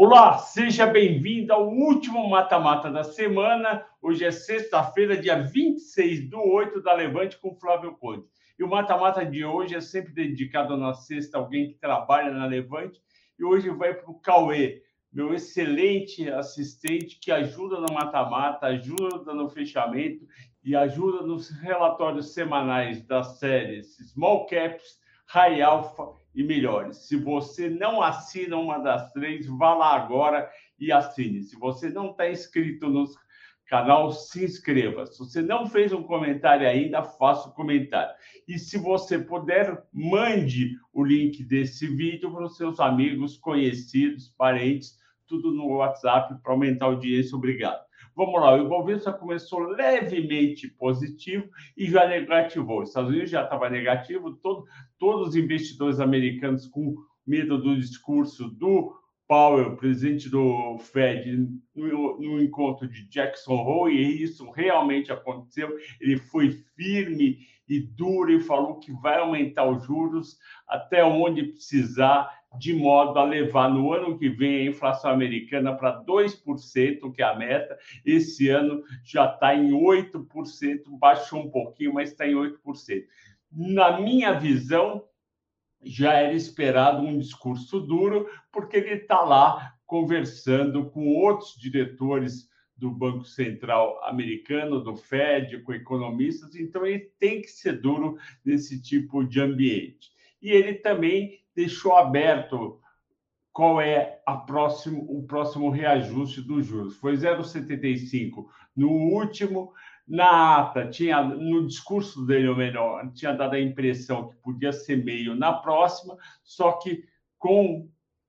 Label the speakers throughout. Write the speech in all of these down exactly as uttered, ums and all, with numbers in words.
Speaker 1: Olá, seja bem-vindo ao último mata-mata da semana. Hoje é sexta-feira, dia vinte e seis do oito, da Levante com Flávio Conde. E o mata-mata de hoje é sempre dedicado na sexta a alguém que trabalha na Levante. E hoje vai para o Cauê, meu excelente assistente que ajuda no mata-mata, ajuda no fechamento e ajuda nos relatórios semanais das séries Small Caps, High Alpha e Melhores. Se você não assina uma das três, vá lá agora e assine. Se você não está inscrito no canal, se inscreva. Se você não fez um comentário ainda, faça o um comentário. E se você puder, mande o link desse vídeo para os seus amigos, conhecidos, parentes, tudo no WhatsApp para aumentar a audiência. Obrigado. Vamos lá, o Ibovespa começou levemente positivo e já negativou. Os Estados Unidos já estava negativo, todo, todos os investidores americanos com medo do discurso do Powell, presidente do Fed, no, no encontro de Jackson Hole, e isso realmente aconteceu. Ele foi firme e duro e falou que vai aumentar os juros até onde precisar, de modo a levar no ano que vem a inflação americana para dois por cento, que é a meta. Esse ano já está em oito por cento, baixou um pouquinho, mas está em oito por cento. Na minha visão, já era esperado um discurso duro, porque ele está lá conversando com outros diretores do Banco Central americano, do Fed, com economistas, então ele tem que ser duro nesse tipo de ambiente. E ele também deixou aberto qual é a próximo, o próximo reajuste dos juros. Foi zero vírgula setenta e cinco no último. Na ata, tinha, no discurso dele, ou melhor, tinha dado a impressão que podia ser meio na próxima, só que com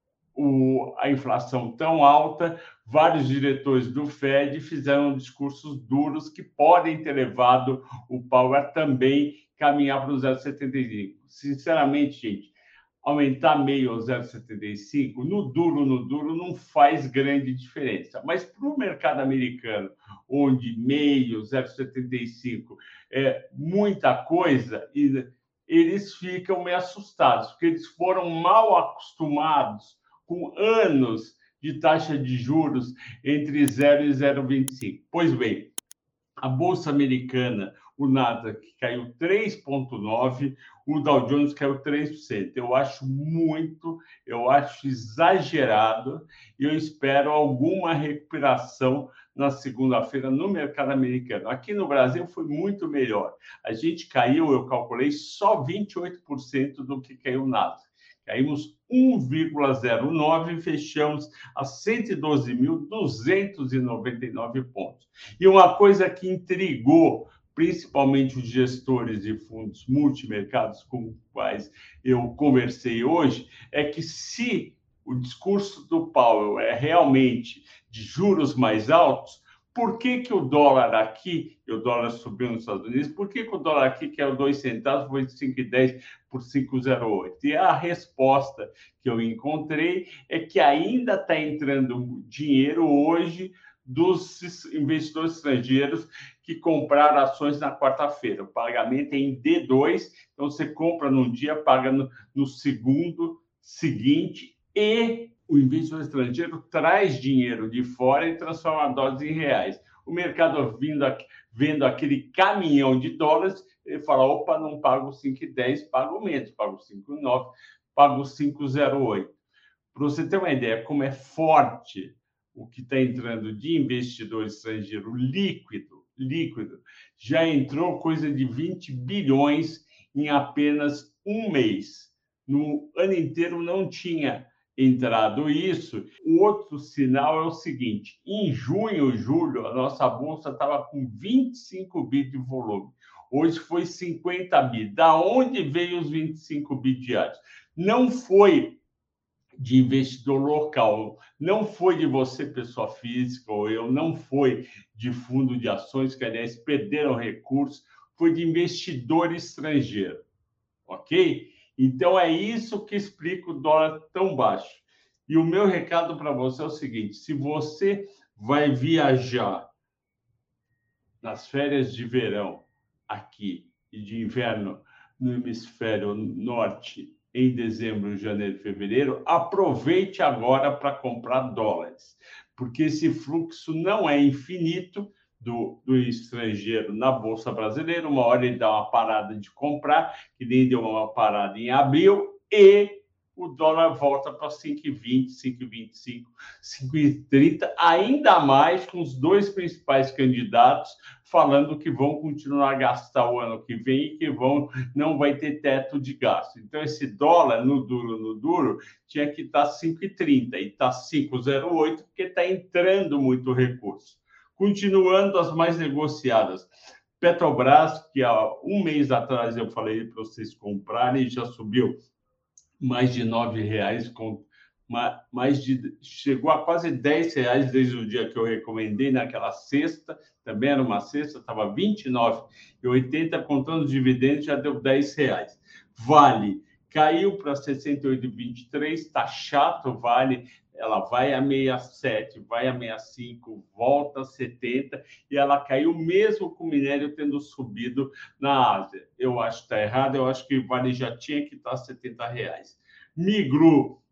Speaker 1: o, a inflação tão alta, vários diretores do Fed fizeram discursos duros que podem ter levado o Powell também caminhar para o zero vírgula setenta e cinco. Sinceramente, gente, aumentar meio ao zero vírgula setenta e cinco, no duro, no duro, não faz grande diferença. Mas para o mercado americano, onde meio, zero vírgula setenta e cinco é muita coisa, e eles ficam meio assustados, porque eles foram mal acostumados com anos de taxa de juros entre zero e zero vírgula vinte e cinco. Pois bem, a Bolsa Americana, o Nasdaq caiu três vírgula nove por cento, o Dow Jones caiu três por cento. Eu acho muito, eu acho exagerado e eu espero alguma recuperação na segunda-feira no mercado americano. Aqui no Brasil foi muito melhor. A gente caiu, eu calculei, só vinte e oito por cento do que caiu o Nasdaq. Caímos um vírgula zero nove e fechamos a cento e doze mil duzentos e noventa e nove pontos. E uma coisa que intrigou principalmente os gestores de fundos multimercados com os quais eu conversei hoje, é que se o discurso do Powell é realmente de juros mais altos, por que, que o dólar aqui, e o dólar subiu nos Estados Unidos, por que, que o dólar aqui, que é o dois centavos, foi de cinco vírgula dez por cinco vírgula zero oito? E a resposta que eu encontrei é que ainda está entrando dinheiro hoje dos investidores estrangeiros que compraram ações na quarta-feira. O pagamento é em D dois, então você compra num dia, paga no, no segundo seguinte, e o investidor estrangeiro traz dinheiro de fora e transforma dólares em reais. O mercado vindo aqui, vendo aquele caminhão de dólares, ele fala, opa, não pago cinco vírgula dez, pago menos, pago cinco vírgula nove, pago cinco vírgula zero oito. Para você ter uma ideia como é forte o que está entrando de investidor estrangeiro líquido, líquido, já entrou coisa de vinte bilhões em apenas um mês. No ano inteiro não tinha entrado isso. O outro sinal é o seguinte, em junho, julho, a nossa bolsa estava com vinte e cinco bi de volume. Hoje foi cinquenta bi. Da onde veio os vinte e cinco bi diários? Não foi de investidor local, não foi de você, pessoa física, ou eu, não foi de fundo de ações, que, aliás, perderam recursos, foi de investidor estrangeiro, ok? Então, é isso que explica o dólar tão baixo. E o meu recado para você é o seguinte, se você vai viajar nas férias de verão aqui e de inverno no hemisfério norte em dezembro, janeiro, fevereiro, aproveite agora para comprar dólares, porque esse fluxo não é infinito do, do estrangeiro na Bolsa Brasileira. Uma hora ele dá uma parada de comprar, que nem deu uma parada em abril, e o dólar volta para cinco e vinte, cinco e vinte e cinco, cinco e trinta, ainda mais com os dois principais candidatos falando que vão continuar a gastar o ano que vem e que vão, não vai ter teto de gasto. Então, esse dólar no duro, no duro, tinha que estar cinco e trinta e está cinco e zero oito, porque está entrando muito recurso. Continuando as mais negociadas. Petrobras, que há um mês atrás eu falei para vocês comprarem, já subiu mais de nove reais, com mais de, chegou a quase dez reais desde o dia que eu recomendei, naquela sexta, também era uma sexta, estava vinte e nove e oitenta, contando os dividendos, já deu dez reais. Vale, caiu para sessenta e oito e vinte e três, está chato, Vale, ela vai a sessenta e sete, vai a sessenta e cinco, volta a setenta, e ela caiu mesmo com o minério tendo subido na Ásia. Eu acho que está errado, eu acho que o Vale já tinha que estar a setenta reais. Migro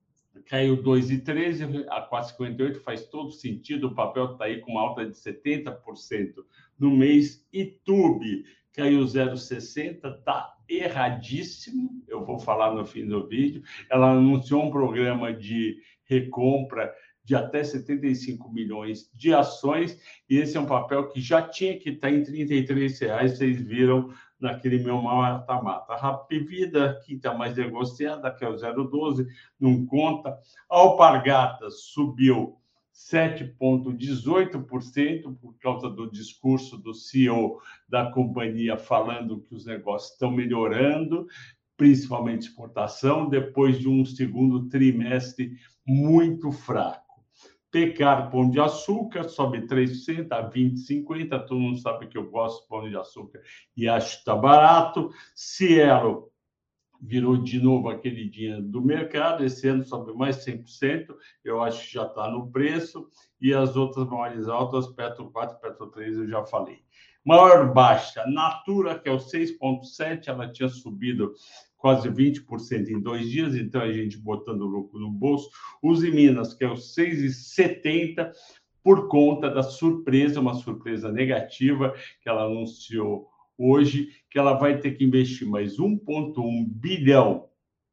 Speaker 1: caiu dois e treze, a quatro e cinquenta e oito, faz todo sentido, o papel está aí com uma alta de setenta por cento no mês. Itube caiu zero e sessenta, está erradíssimo, eu vou falar no fim do vídeo. Ela anunciou um programa de recompra de até setenta e cinco milhões de ações, e esse é um papel que já tinha que estar em trinta e três reais, vocês viram naquele meu mata-mata. Rapvida, que está mais negociada, que é o zero doze, não conta. Alpargatas subiu sete vírgula dezoito por cento por causa do discurso do C E O da companhia falando que os negócios estão melhorando, principalmente exportação, depois de um segundo trimestre muito fraco. Pecar Pão de Açúcar sobe três por cento a vinte e cinquenta. Todo mundo sabe que eu gosto de pão de açúcar e acho que está barato. Cielo virou de novo aquele dinheiro do mercado. Esse ano sobe mais cem por cento. Eu acho que já está no preço. E as outras maiores altas, Petro quatro, Petro três, eu já falei. Maior baixa, Natura, que é o seis vírgula sete, ela tinha subido quase vinte por cento em dois dias, então a gente botando o lucro no bolso. Uzi Minas, que é o seis vírgula setenta, por conta da surpresa, uma surpresa negativa que ela anunciou hoje, que ela vai ter que investir mais um vírgula um bilhão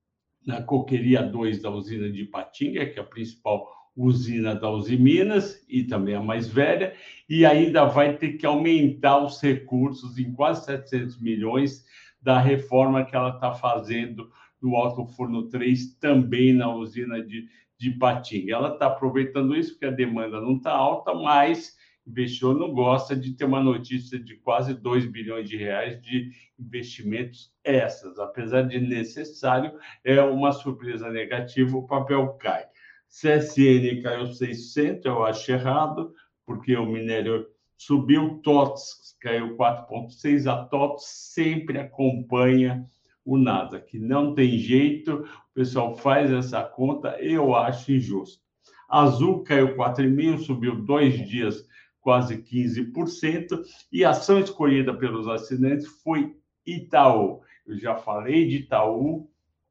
Speaker 1: na Coqueria dois da usina de Ipatinga, que é a principal usina da Uzi Minas e também a mais velha, e ainda vai ter que aumentar os recursos em quase setecentos milhões da reforma que ela está fazendo no Alto Forno três, também na usina de, de Ipatinga. Ela está aproveitando isso porque a demanda não está alta, mas investidor não gosta de ter uma notícia de quase dois bilhões de reais de investimentos essas. Apesar de necessário, é uma surpresa negativa, o papel cai. C S N caiu seiscentos, eu acho errado, porque o minério subiu. T O T S caiu quatro vírgula seis, a T O T S sempre acompanha o nada, que não tem jeito, o pessoal faz essa conta, eu acho injusto. Azul caiu quatro vírgula cinco, subiu dois dias quase quinze por cento, e a ação escolhida pelos assinantes foi Itaú. Eu já falei de Itaú,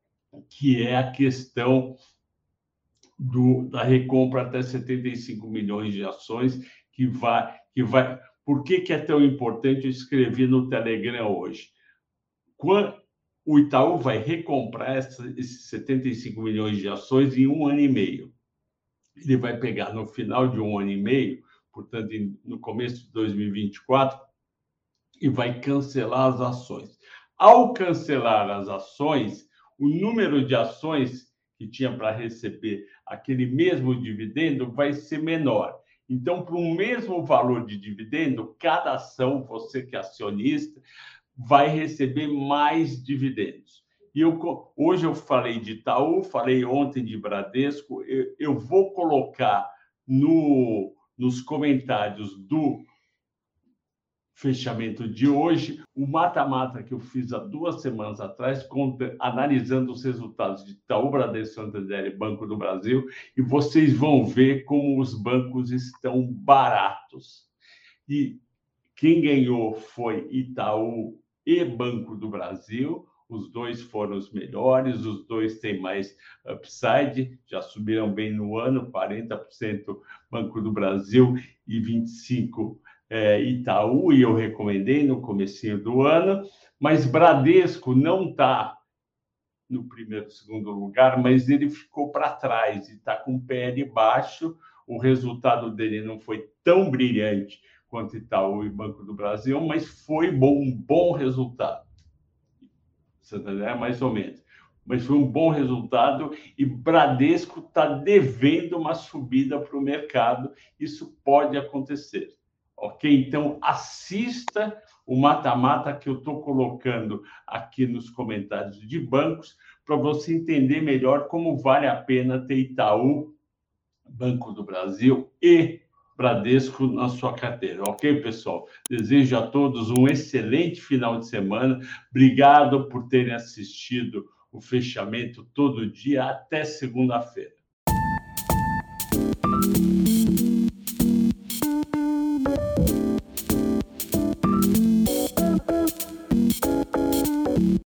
Speaker 1: que é a questão do, da recompra até setenta e cinco milhões de ações, que vai... Que vai por que, que é tão importante? Eu escrevi no Telegram hoje. Quando o Itaú vai recomprar esses setenta e cinco milhões de ações em um ano e meio. Ele vai pegar no final de um ano e meio, portanto, no começo de dois mil e vinte e quatro, e vai cancelar as ações. Ao cancelar as ações, o número de ações que tinha para receber aquele mesmo dividendo vai ser menor. Então, para o mesmo valor de dividendo, cada ação, você que é acionista, vai receber mais dividendos. E eu, hoje eu falei de Itaú, falei ontem de Bradesco, eu, eu vou colocar no, nos comentários do fechamento de hoje o mata-mata que eu fiz há duas semanas atrás, analisando os resultados de Itaú, Bradesco, Santander e Banco do Brasil, e vocês vão ver como os bancos estão baratos. E quem ganhou foi Itaú e Banco do Brasil. Os dois foram os melhores, os dois têm mais upside, já subiram bem no ano, quarenta por cento Banco do Brasil e vinte e cinco por cento é, Itaú, e eu recomendei no comecinho do ano, mas Bradesco não está no primeiro, segundo lugar, mas ele ficou para trás e está com o P L baixo, o resultado dele não foi tão brilhante quanto Itaú e Banco do Brasil, mas foi bom, um bom resultado. É mais ou menos. Mas foi um bom resultado e Bradesco está devendo uma subida para o mercado. Isso pode acontecer, ok? Então, assista o mata-mata que eu estou colocando aqui nos comentários de bancos para você entender melhor como vale a pena ter Itaú, Banco do Brasil e Bradesco na sua carteira, ok, pessoal? Desejo a todos um excelente final de semana. Obrigado por terem assistido o fechamento todo dia. Até segunda-feira.